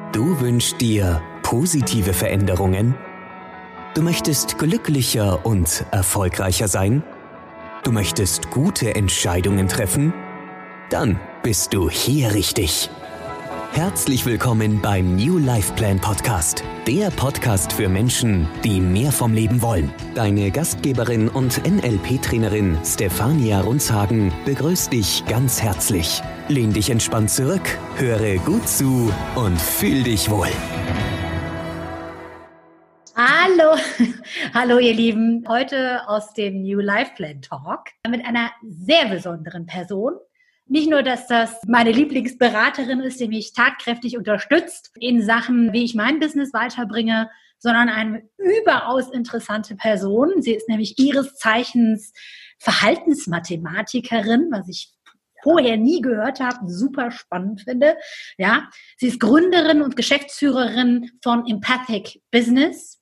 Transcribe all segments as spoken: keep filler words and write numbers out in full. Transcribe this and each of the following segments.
Du wünschst dir positive Veränderungen? Du möchtest glücklicher und erfolgreicher sein? Du möchtest gute Entscheidungen treffen? Dann bist du hier richtig. Herzlich willkommen beim New Life Plan Podcast, der Podcast für Menschen, die mehr vom Leben wollen. Deine Gastgeberin und N L P-Trainerin Stefania Runzhagen begrüßt dich ganz herzlich. Lehn dich entspannt zurück, höre gut zu und fühl dich wohl. Hallo, hallo ihr Lieben. Heute aus dem New Life Plan Talk mit einer sehr besonderen Person. Nicht nur, dass das meine Lieblingsberaterin ist, die mich tatkräftig unterstützt in Sachen, wie ich mein Business weiterbringe, sondern eine überaus interessante Person. Sie ist nämlich ihres Zeichens Verhaltensmathematikerin, was ich vorher nie gehört habe, super spannend finde. Ja, sie ist Gründerin und Geschäftsführerin von Empathic Business.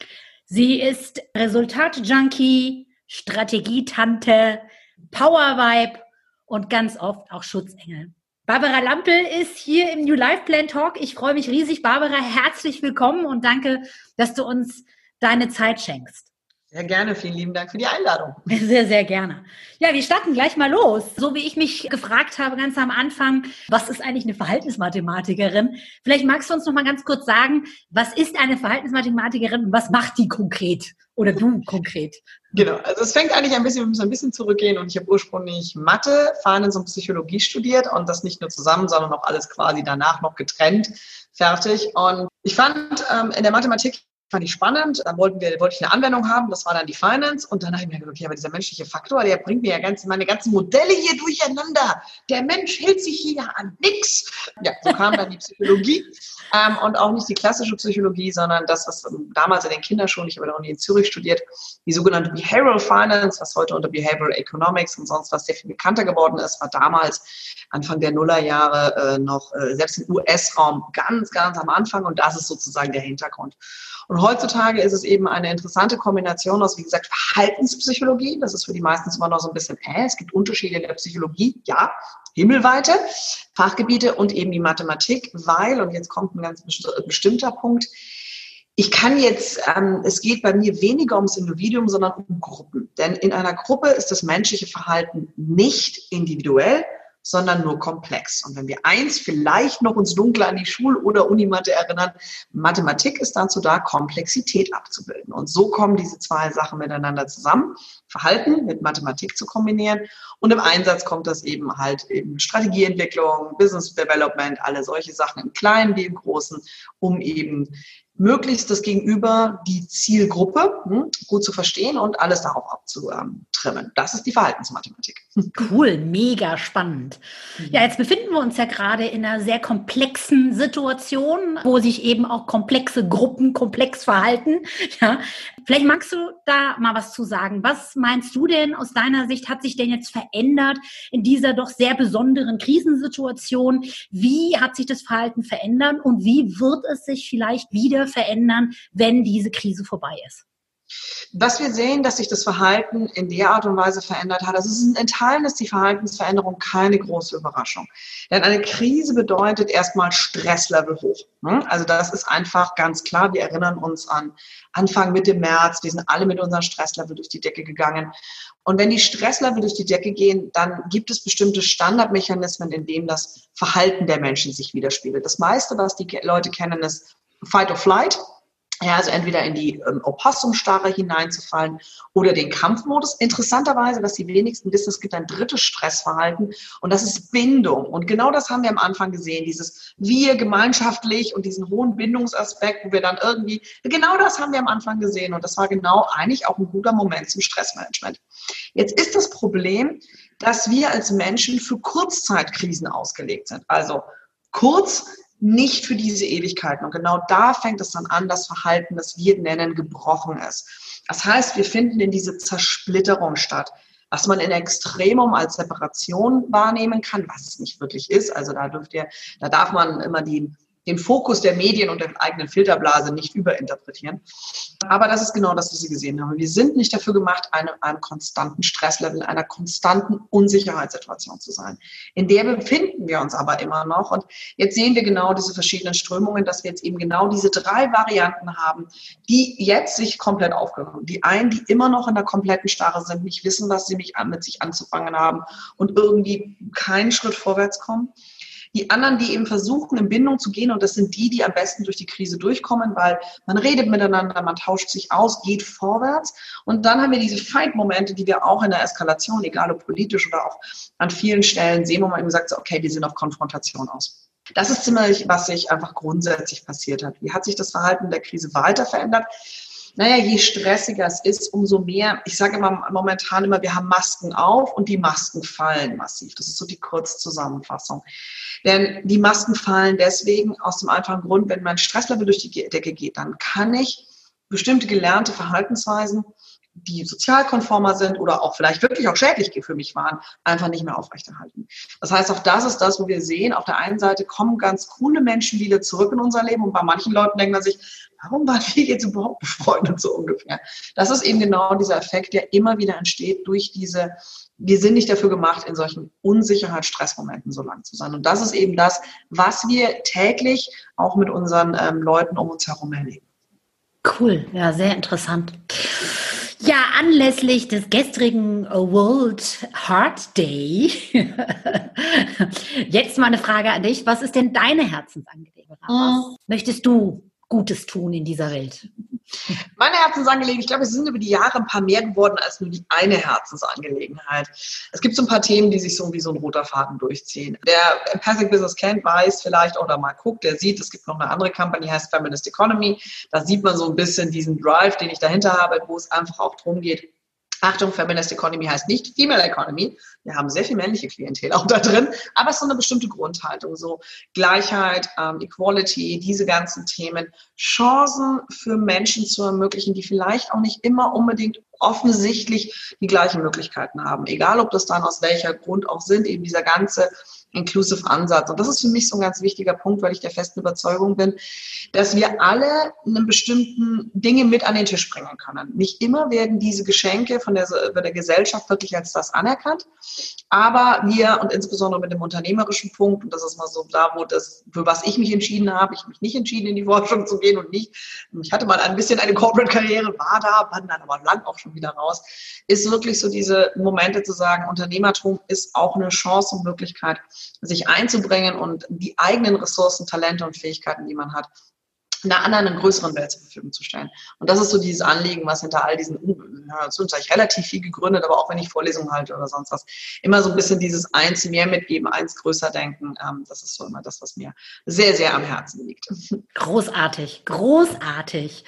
Sie ist Resultat-Junkie, Strategietante, Power-Vibe und ganz oft auch Schutzengel. Barbara Lampel ist hier im New Life Plan Talk. Ich freue mich riesig. Barbara, herzlich willkommen und danke, dass du uns deine Zeit schenkst. Sehr gerne. Vielen lieben Dank für die Einladung. Sehr, sehr gerne. Ja, wir starten gleich mal los. So wie ich mich gefragt habe ganz am Anfang, was ist eigentlich eine Verhaltensmathematikerin? Vielleicht magst du uns noch mal ganz kurz sagen, was ist eine Verhaltensmathematikerin und was macht die konkret? Oder du konkret? Genau, also es fängt eigentlich ein bisschen, wir müssen ein bisschen zurückgehen und ich habe ursprünglich Mathe, Finance und Psychologie studiert und das nicht nur zusammen, sondern auch alles quasi danach noch getrennt, fertig. Und ich fand ähm, in der Mathematik fand ich spannend, dann wollten wir, wollte ich eine Anwendung haben, das war dann die Finance und dann habe ich mir gedacht, okay, aber dieser menschliche Faktor, der bringt mir ja ganz, meine ganzen Modelle hier durcheinander. Der Mensch hält sich hier an nix. Ja, so kam dann die Psychologie ähm, und auch nicht die klassische Psychologie, sondern das, was damals in den Kinderschulen, ich habe auch nie in Zürich studiert, die sogenannte Behavioral Finance, was heute unter Behavioral Economics und sonst was sehr viel bekannter geworden ist, war damals Anfang der Nullerjahre äh, noch äh, selbst im U S-Raum ganz, ganz am Anfang und das ist sozusagen der Hintergrund. Und heutzutage ist es eben eine interessante Kombination aus, wie gesagt, Verhaltenspsychologie. Das ist für die meisten immer noch so ein bisschen, äh, es gibt Unterschiede in der Psychologie, ja, himmelweite Fachgebiete und eben die Mathematik, weil, und jetzt kommt ein ganz bestimmter Punkt, ich kann jetzt, ähm, es geht bei mir weniger ums Individuum, sondern um Gruppen. Denn in einer Gruppe ist das menschliche Verhalten nicht individuell, sondern nur komplex. Und wenn wir eins vielleicht noch uns dunkel an die Schul- oder Unimathe erinnern, Mathematik ist dazu da, Komplexität abzubilden. Und so kommen diese zwei Sachen miteinander zusammen, Verhalten mit Mathematik zu kombinieren. Und im Einsatz kommt das eben halt eben Strategieentwicklung, Business Development, alle solche Sachen im Kleinen wie im Großen, um eben möglichst das Gegenüber, die Zielgruppe hm, gut zu verstehen und alles darauf abzutrimmen. Das ist die Verhaltensmathematik. Cool, mega spannend. Ja, jetzt befinden wir uns ja gerade in einer sehr komplexen Situation, wo sich eben auch komplexe Gruppen komplex verhalten. Ja, vielleicht magst du da mal was zu sagen. Was meinst du denn aus deiner Sicht, hat sich denn jetzt verändert in dieser doch sehr besonderen Krisensituation? Wie hat sich das Verhalten verändert und wie wird es sich vielleicht wieder verändern, wenn diese Krise vorbei ist? Was wir sehen, dass sich das Verhalten in der Art und Weise verändert hat, das ist in Teilen ist die Verhaltensveränderung keine große Überraschung. Denn eine Krise bedeutet erstmal Stresslevel hoch. Also das ist einfach ganz klar. Wir erinnern uns an Anfang Mitte März. Wir sind alle mit unserem Stresslevel durch die Decke gegangen. Und wenn die Stresslevel durch die Decke gehen, dann gibt es bestimmte Standardmechanismen, in denen das Verhalten der Menschen sich widerspiegelt. Das meiste, was die Leute kennen, ist Fight or Flight. Ja, also entweder in die ähm, Opossumstarre hineinzufallen oder den Kampfmodus. Interessanterweise, was die wenigsten wissen, es gibt ein drittes Stressverhalten und das ist Bindung. Und genau das haben wir am Anfang gesehen, dieses Wir gemeinschaftlich und diesen hohen Bindungsaspekt, wo wir dann irgendwie, genau das haben wir am Anfang gesehen und das war genau eigentlich auch ein guter Moment zum Stressmanagement. Jetzt ist das Problem, dass wir als Menschen für Kurzzeitkrisen ausgelegt sind. Also kurz, nicht für diese Ewigkeiten. Und genau da fängt es dann an, das Verhalten, das wir nennen, gebrochen ist. Das heißt, wir finden in diese Zersplitterung statt, was man in Extremum als Separation wahrnehmen kann, was es nicht wirklich ist. Also da dürft ihr, da darf man immer die den Fokus der Medien und der eigenen Filterblase nicht überinterpretieren. Aber das ist genau das, was Sie gesehen haben. Wir sind nicht dafür gemacht, einem, einem konstanten Stresslevel, einer konstanten Unsicherheitssituation zu sein. In der befinden wir uns aber immer noch. Und jetzt sehen wir genau diese verschiedenen Strömungen, dass wir jetzt eben genau diese drei Varianten haben, die jetzt sich komplett aufgehört haben. Die einen, die immer noch in der kompletten Starre sind, nicht wissen, was sie mit sich anzufangen haben und irgendwie keinen Schritt vorwärts kommen. Die anderen, die eben versuchen, in Bindung zu gehen, und das sind die, die am besten durch die Krise durchkommen, weil man redet miteinander, man tauscht sich aus, geht vorwärts. Und dann haben wir diese Fight-Momente, die wir auch in der Eskalation, egal ob politisch oder auch an vielen Stellen sehen, wo man eben sagt, so, okay, wir sind auf Konfrontation aus. Das ist ziemlich, was sich einfach grundsätzlich passiert hat. Wie hat sich das Verhalten der Krise weiter verändert? Naja, je stressiger es ist, umso mehr, ich sage immer momentan immer, wir haben Masken auf und die Masken fallen massiv. Das ist so die Kurzzusammenfassung. Denn die Masken fallen deswegen aus dem einfachen Grund, wenn mein Stresslevel durch die Decke geht, dann kann ich bestimmte gelernte Verhaltensweisen, die sozialkonformer sind oder auch vielleicht wirklich auch schädlich für mich waren, einfach nicht mehr aufrechterhalten. Das heißt, auch das ist das, wo wir sehen, auf der einen Seite kommen ganz coole Menschen wieder zurück in unser Leben und bei manchen Leuten denkt man sich, warum waren wir jetzt überhaupt befreundet so ungefähr? Das ist eben genau dieser Effekt, der immer wieder entsteht durch diese, wir sind nicht dafür gemacht, in solchen Unsicherheits-, Stressmomenten so lang zu sein. Und das ist eben das, was wir täglich auch mit unseren ähm, Leuten um uns herum erleben. Cool, ja, sehr interessant. Ja, anlässlich des gestrigen World Heart Day, jetzt mal eine Frage an dich. Was ist denn deine Herzensangelegenheit? Was mm. möchtest du Gutes tun in dieser Welt? Meine Herzensangelegenheit, ich glaube, es sind über die Jahre ein paar mehr geworden als nur die eine Herzensangelegenheit. Es gibt so ein paar Themen, die sich so wie so ein roter Faden durchziehen. Wer Empathic Business kennt, weiß vielleicht oder mal guckt, der sieht, es gibt noch eine andere Company, die heißt Feminist Economy. Da sieht man so ein bisschen diesen Drive, den ich dahinter habe, wo es einfach auch darum geht, Achtung, Feminist Economy heißt nicht Female Economy. Wir haben sehr viel männliche Klientel auch da drin, aber es ist so eine bestimmte Grundhaltung, so Gleichheit, ähm, Equality, diese ganzen Themen, Chancen für Menschen zu ermöglichen, die vielleicht auch nicht immer unbedingt offensichtlich die gleichen Möglichkeiten haben. Egal, ob das dann aus welcher Grund auch sind, eben dieser ganze Inclusive Ansatz. Und das ist für mich so ein ganz wichtiger Punkt, weil ich der festen Überzeugung bin, dass wir alle einen bestimmten Dinge mit an den Tisch bringen können. Nicht immer werden diese Geschenke von der, von der Gesellschaft wirklich als das anerkannt, aber wir, und insbesondere mit dem unternehmerischen Punkt, und das ist mal so da, wo das, für was ich mich entschieden habe, ich habe mich nicht entschieden, in die Forschung zu gehen und nicht, ich hatte mal ein bisschen eine Corporate-Karriere, war da, war dann aber lang auch schon wieder raus, ist wirklich so diese Momente zu sagen, Unternehmertum ist auch eine Chance und Möglichkeit, sich einzubringen und die eigenen Ressourcen, Talente und Fähigkeiten, die man hat, einer anderen, einer größeren Welt zur Verfügung zu stellen. Und das ist so dieses Anliegen, was hinter all diesen, ja, so sage ich, relativ viel gegründet, aber auch wenn ich Vorlesungen halte oder sonst was, immer so ein bisschen dieses eins mehr mitgeben, eins größer denken, ähm, das ist so immer das, was mir sehr, sehr am Herzen liegt. Großartig, großartig.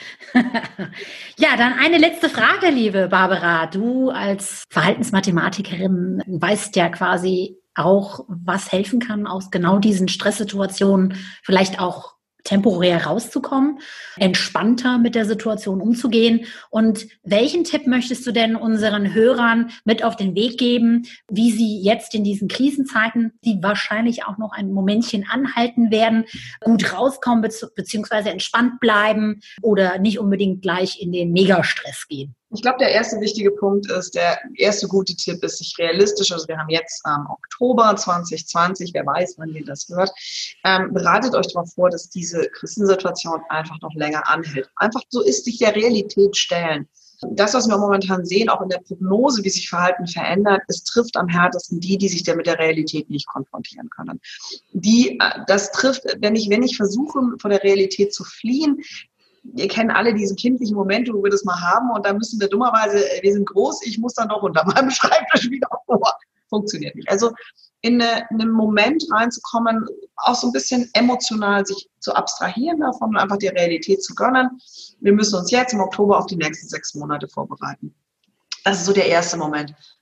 Ja, dann eine letzte Frage, liebe Barbara. Du als Verhaltensmathematikerin weißt ja quasi auch, was helfen kann, aus genau diesen Stresssituationen vielleicht auch temporär rauszukommen, entspannter mit der Situation umzugehen. Und welchen Tipp möchtest du denn unseren Hörern mit auf den Weg geben, wie sie jetzt in diesen Krisenzeiten, die wahrscheinlich auch noch ein Momentchen anhalten werden, gut rauskommen bzw. entspannt bleiben oder nicht unbedingt gleich in den Megastress gehen? Ich glaube, der erste wichtige Punkt ist, der erste gute Tipp ist, sich realistisch, also wir haben jetzt ähm, Oktober zwanzig zwanzig, wer weiß, wann ihr das hört, ähm, bereitet euch darauf vor, dass diese Krisensituation einfach noch länger anhält. Einfach so ist, sich der Realität stellen. Das, was wir momentan sehen, auch in der Prognose, wie sich Verhalten verändert, es trifft am härtesten die, die sich mit der Realität nicht konfrontieren können. Die, das trifft, wenn ich, wenn ich versuche, vor der Realität zu fliehen, wir kennen alle diese kindlichen Momente, wo wir das mal haben und dann müssen wir dummerweise, wir sind groß, ich muss dann doch unter meinem Schreibtisch wieder vor. Funktioniert nicht. Also in, eine, in einen Moment reinzukommen, auch so ein bisschen emotional sich zu abstrahieren davon und einfach die Realität zu gönnen. Wir müssen uns jetzt im Oktober auf die nächsten sechs Monate vorbereiten. Das ist so der erste Moment.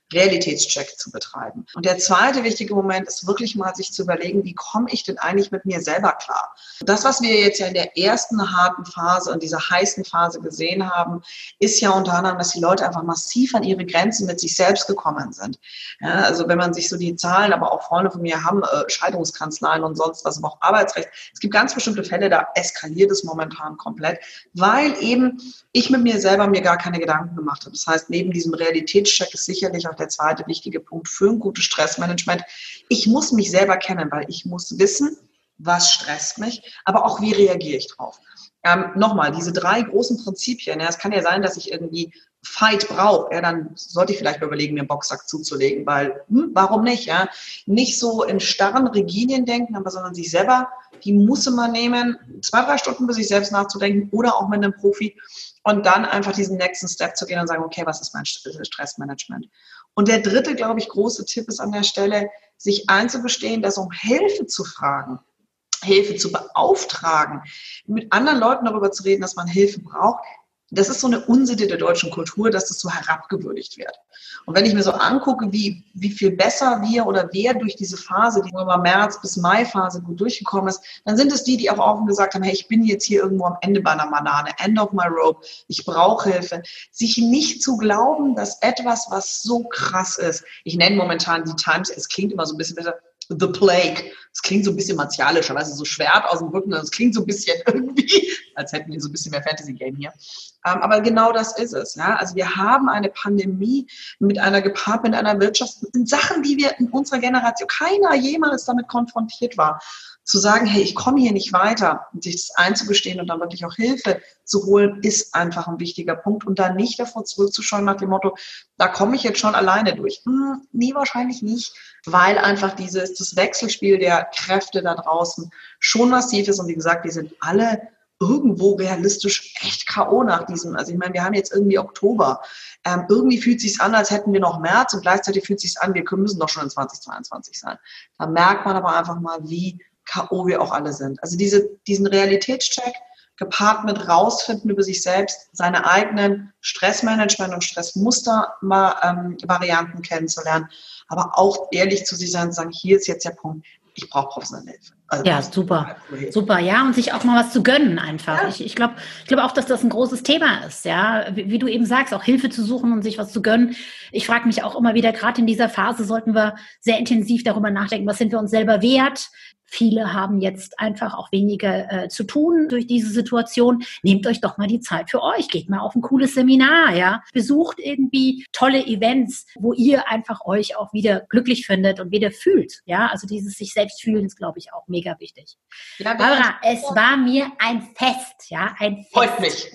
Realitätscheck zu betreiben. Und der zweite wichtige Moment ist wirklich mal sich zu überlegen, wie komme ich denn eigentlich mit mir selber klar? Das, was wir jetzt ja in der ersten harten Phase, in dieser heißen Phase gesehen haben, ist ja unter anderem, dass die Leute einfach massiv an ihre Grenzen mit sich selbst gekommen sind. Ja, also wenn man sich so die Zahlen, aber auch Freunde von mir haben äh, Scheidungskanzleien und sonst was, aber auch Arbeitsrecht. Es gibt ganz bestimmte Fälle, da eskaliert es momentan komplett, weil eben ich mit mir selber mir gar keine Gedanken gemacht habe. Das heißt, neben diesem Realitätscheck ist sicherlich auch der zweite wichtige Punkt für ein gutes Stressmanagement. Ich muss mich selber kennen, weil ich muss wissen, was stresst mich, aber auch wie reagiere ich drauf. Ähm, nochmal, diese drei großen Prinzipien, ja, es kann ja sein, dass ich irgendwie Fight brauche, ja, dann sollte ich vielleicht mal überlegen, mir einen Boxsack zuzulegen, weil, hm, warum nicht, ja? Nicht so in starren Rigidien denken, aber sondern sich selber die Muße mal nehmen, zwei, drei Stunden für sich selbst nachzudenken oder auch mit einem Profi und dann einfach diesen nächsten Step zu gehen und sagen, okay, was ist mein Stressmanagement? Und der dritte, glaube ich, große Tipp ist an der Stelle, sich einzugestehen, dass um Hilfe zu fragen, Hilfe zu beauftragen, mit anderen Leuten darüber zu reden, dass man Hilfe braucht, das ist so eine Unsitte der deutschen Kultur, dass das so herabgewürdigt wird. Und wenn ich mir so angucke, wie, wie viel besser wir oder wer durch diese Phase, die über März bis Mai Phase gut durchgekommen ist, dann sind es die, die auch offen gesagt haben, hey, ich bin jetzt hier irgendwo am Ende bei einer Banane, end of my rope, ich brauche Hilfe. Sich nicht zu glauben, dass etwas, was so krass ist, ich nenne momentan die Times, es klingt immer so ein bisschen besser, The Plague. Es klingt so ein bisschen martialischer, weißt du, so Schwert aus dem Rücken, das klingt so ein bisschen irgendwie, als hätten wir so ein bisschen mehr Fantasy-Game hier. Ähm, aber genau das ist es. Ja? Also wir haben eine Pandemie mit einer gepaart mit einer Wirtschaft, das sind Sachen, die wir in unserer Generation, keiner jemals damit konfrontiert war. Zu sagen, hey, ich komme hier nicht weiter und sich das einzugestehen und dann wirklich auch Hilfe zu holen, ist einfach ein wichtiger Punkt und da nicht davor zurückzuschauen nach dem Motto, da komme ich jetzt schon alleine durch. Hm, nee, wahrscheinlich nicht, weil einfach dieses, das Wechselspiel der Kräfte da draußen schon massiv ist und wie gesagt, die sind alle irgendwo realistisch echt K O nach diesem, also ich meine, wir haben jetzt irgendwie Oktober, ähm, irgendwie fühlt es sich an, als hätten wir noch März und gleichzeitig fühlt es sich an, wir müssen doch schon in zweitausendzweiundzwanzig sein. Da merkt man aber einfach mal, wie K O wir auch alle sind. Also diese, diesen Realitätscheck gepaart mit rausfinden über sich selbst, seine eigenen Stressmanagement- und Stressmuster-Varianten ähm, kennenzulernen, aber auch ehrlich zu sich sein und sagen, hier ist jetzt der Punkt, ich brauche professionelle Hilfe. Also ja, super, super, ja, und sich auch mal was zu gönnen einfach. Ja. Ich, ich glaube ich glaube auch, dass das ein großes Thema ist, ja, wie, wie du eben sagst, auch Hilfe zu suchen und sich was zu gönnen. Ich frage mich auch immer wieder, gerade in dieser Phase sollten wir sehr intensiv darüber nachdenken, was sind wir uns selber wert. Viele haben jetzt einfach auch weniger äh, zu tun durch diese Situation. Nehmt euch doch mal die Zeit für euch. Geht mal auf ein cooles Seminar, ja. Besucht irgendwie tolle Events, wo ihr einfach euch auch wieder glücklich findet und wieder fühlt, ja. Also dieses sich selbst fühlen ist, glaube ich, auch mega wichtig. Ja, Barbara, es war mir ein Fest, ja, ein Fest. Freut mich.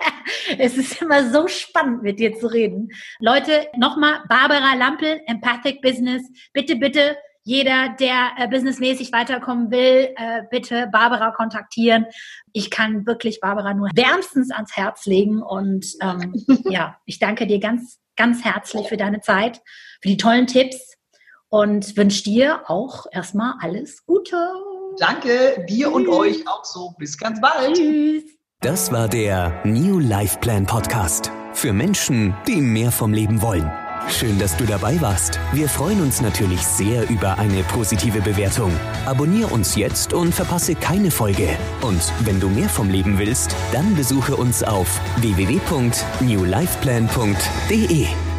Es ist immer so spannend, mit dir zu reden. Leute, nochmal, Barbara Lampl, Empathic Business. Bitte, bitte, jeder, der äh, businessmäßig weiterkommen will, äh, bitte Barbara kontaktieren. Ich kann wirklich Barbara nur wärmstens ans Herz legen und ähm, ja, ich danke dir ganz, ganz herzlich für deine Zeit, für die tollen Tipps und wünsche dir auch erstmal alles Gute. Danke, dir Tschüss. Und euch auch so. Bis ganz bald. Tschüss. Das war der New Life Plan Podcast für Menschen, die mehr vom Leben wollen. Schön, dass du dabei warst. Wir freuen uns natürlich sehr über eine positive Bewertung. Abonnier uns jetzt und verpasse keine Folge. Und wenn du mehr vom Leben willst, dann besuche uns auf w w w punkt new life plan punkt d e.